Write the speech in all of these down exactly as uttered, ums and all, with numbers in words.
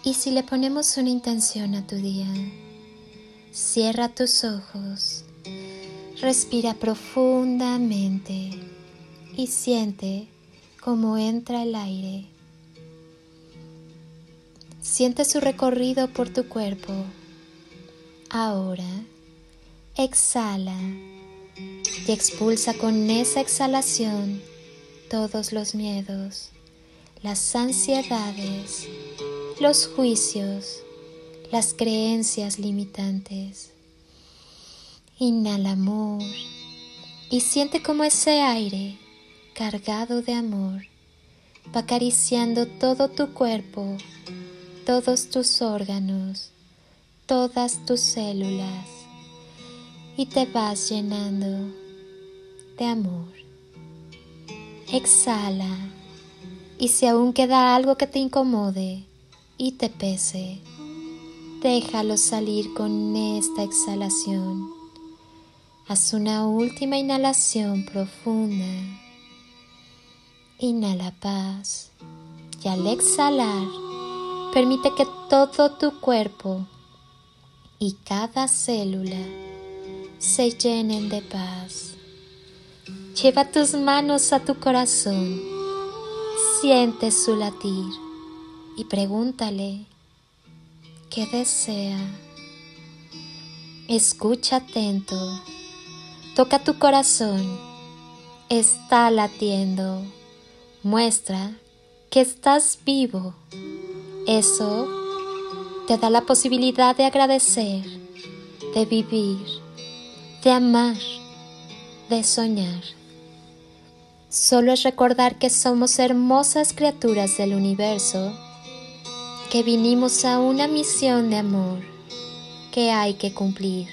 Y si le ponemos una intención a tu día, cierra tus ojos, respira profundamente y siente cómo entra el aire. Siente su recorrido por tu cuerpo. Ahora, exhala y expulsa con esa exhalación todos los miedos, las ansiedades, los juicios, las creencias limitantes. Inhala amor y siente cómo ese aire cargado de amor va acariciando todo tu cuerpo, todos tus órganos, todas tus células y te vas llenando de amor. Exhala y si aún queda algo que te incomode y te pese, déjalo salir con esta exhalación. Haz una última inhalación profunda. Inhala paz y al exhalar, permite que todo tu cuerpo y cada célula se llenen de paz. Lleva tus manos a tu corazón, siente su latir y pregúntale qué desea. Escucha atento, toca tu corazón, está latiendo, muestra que estás vivo. Eso te da la posibilidad de agradecer, de vivir, de amar, de soñar. Solo es recordar que somos hermosas criaturas del universo, que vinimos a una misión de amor que hay que cumplir.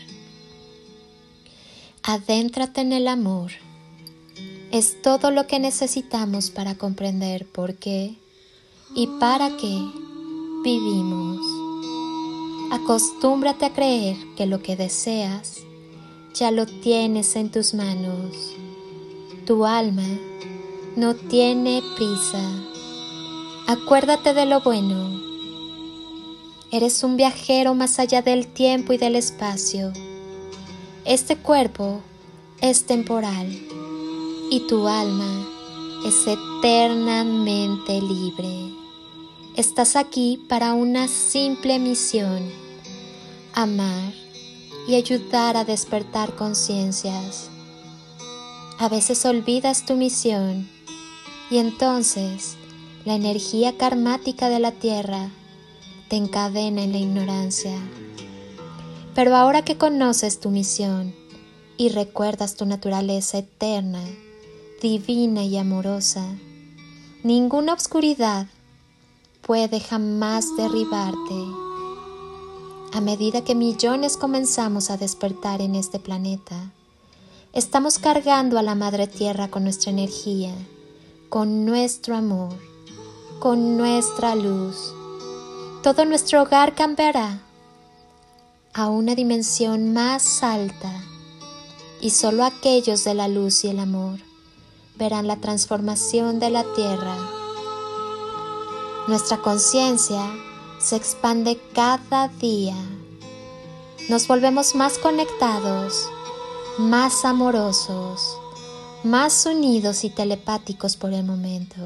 Adéntrate en el amor. Es todo lo que necesitamos para comprender por qué y para qué vivimos. Acostúmbrate a creer que lo que deseas ya lo tienes en tus manos. Tu alma no tiene prisa. Acuérdate de lo bueno. Eres un viajero más allá del tiempo y del espacio. Este cuerpo es temporal y tu alma es eternamente libre. Estás aquí para una simple misión: amar y ayudar a despertar conciencias. A veces olvidas tu misión y entonces la energía karmática de la tierra te encadena en la ignorancia. Pero ahora que conoces tu misión y recuerdas tu naturaleza eterna, divina y amorosa, ninguna oscuridad puede jamás derribarte. A medida que millones comenzamos a despertar en este planeta, estamos cargando a la Madre Tierra con nuestra energía, con nuestro amor, con nuestra luz. Todo nuestro hogar cambiará a una dimensión más alta y solo aquellos de la luz y el amor verán la transformación de la Tierra. Nuestra conciencia se expande cada día. Nos volvemos más conectados, más amorosos, más unidos y telepáticos por el momento.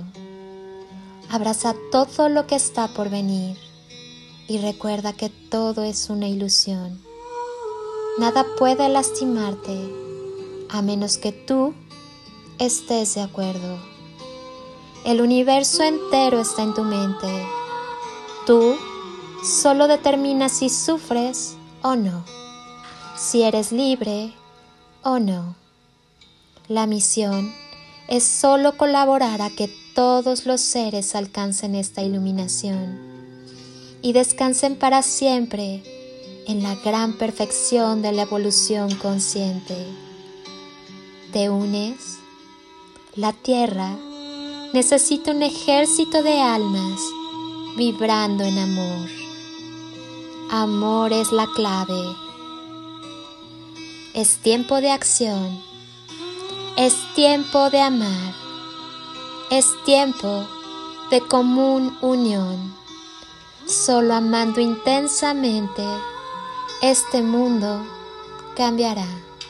Abraza todo lo que está por venir y recuerda que todo es una ilusión. Nada puede lastimarte a menos que tú estés de acuerdo. El universo entero está en tu mente. Tú solo determinas si sufres o no, si eres libre o no. La misión es solo colaborar a que todos los seres alcancen esta iluminación y descansen para siempre en la gran perfección de la evolución consciente. ¿Te unes? La Tierra necesita un ejército de almas vibrando en amor. Amor es la clave. Es tiempo de acción. Es tiempo de amar. Es tiempo de común unión. Solo amando intensamente, este mundo cambiará.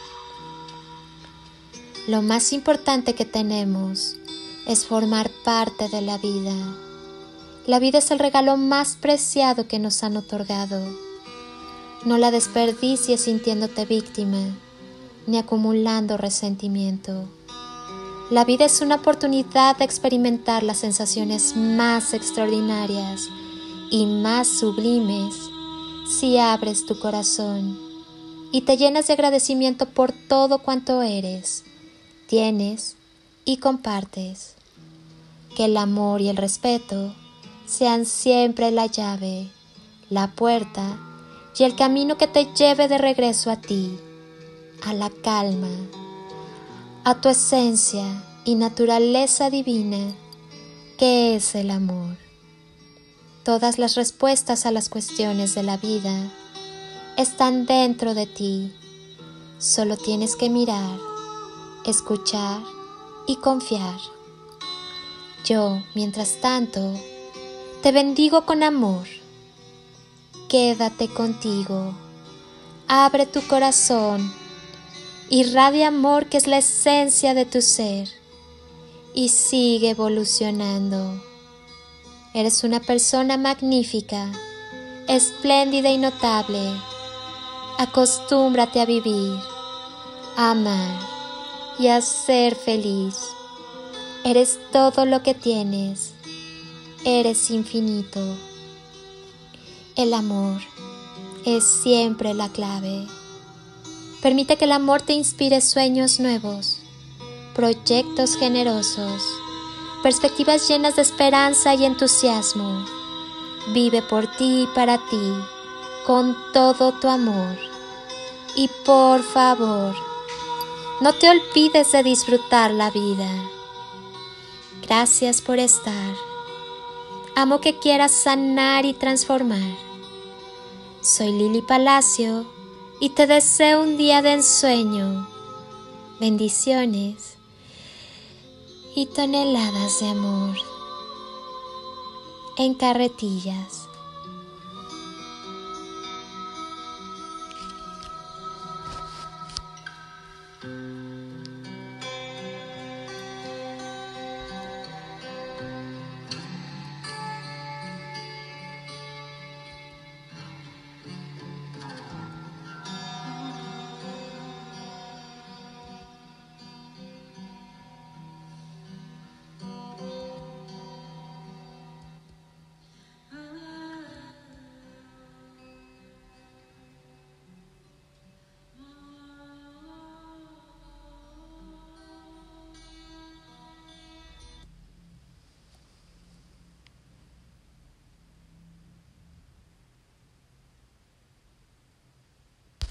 Lo más importante que tenemos es formar parte de la vida. La vida es el regalo más preciado que nos han otorgado. No la desperdicies sintiéndote víctima, ni acumulando resentimiento. La vida es una oportunidad de experimentar las sensaciones más extraordinarias y más sublimes si abres tu corazón y te llenas de agradecimiento por todo cuanto eres, tienes y compartes. Que el amor y el respeto sean siempre la llave, la puerta y el camino que te lleve de regreso a ti, a la calma, a tu esencia y naturaleza divina, que es el amor. Todas las respuestas a las cuestiones de la vida están dentro de ti. Solo tienes que mirar, escuchar y confiar. Yo, mientras tanto, te bendigo con amor. Quédate contigo. Abre tu corazón. Irradia amor, que es la esencia de tu ser. Y sigue evolucionando. Eres una persona magnífica, espléndida y notable. Acostúmbrate a vivir, a amar y a ser feliz. Eres todo lo que tienes. Eres infinito. El amor es siempre la clave. Permite que el amor te inspire sueños nuevos, proyectos generosos, perspectivas llenas de esperanza y entusiasmo. Vive por ti y para ti, con todo tu amor. Y por favor, no te olvides de disfrutar la vida. Gracias por estar. Amo que quieras sanar y transformar. Soy Lili Palacio y te deseo un día de ensueño, bendiciones y toneladas de amor en carretillas.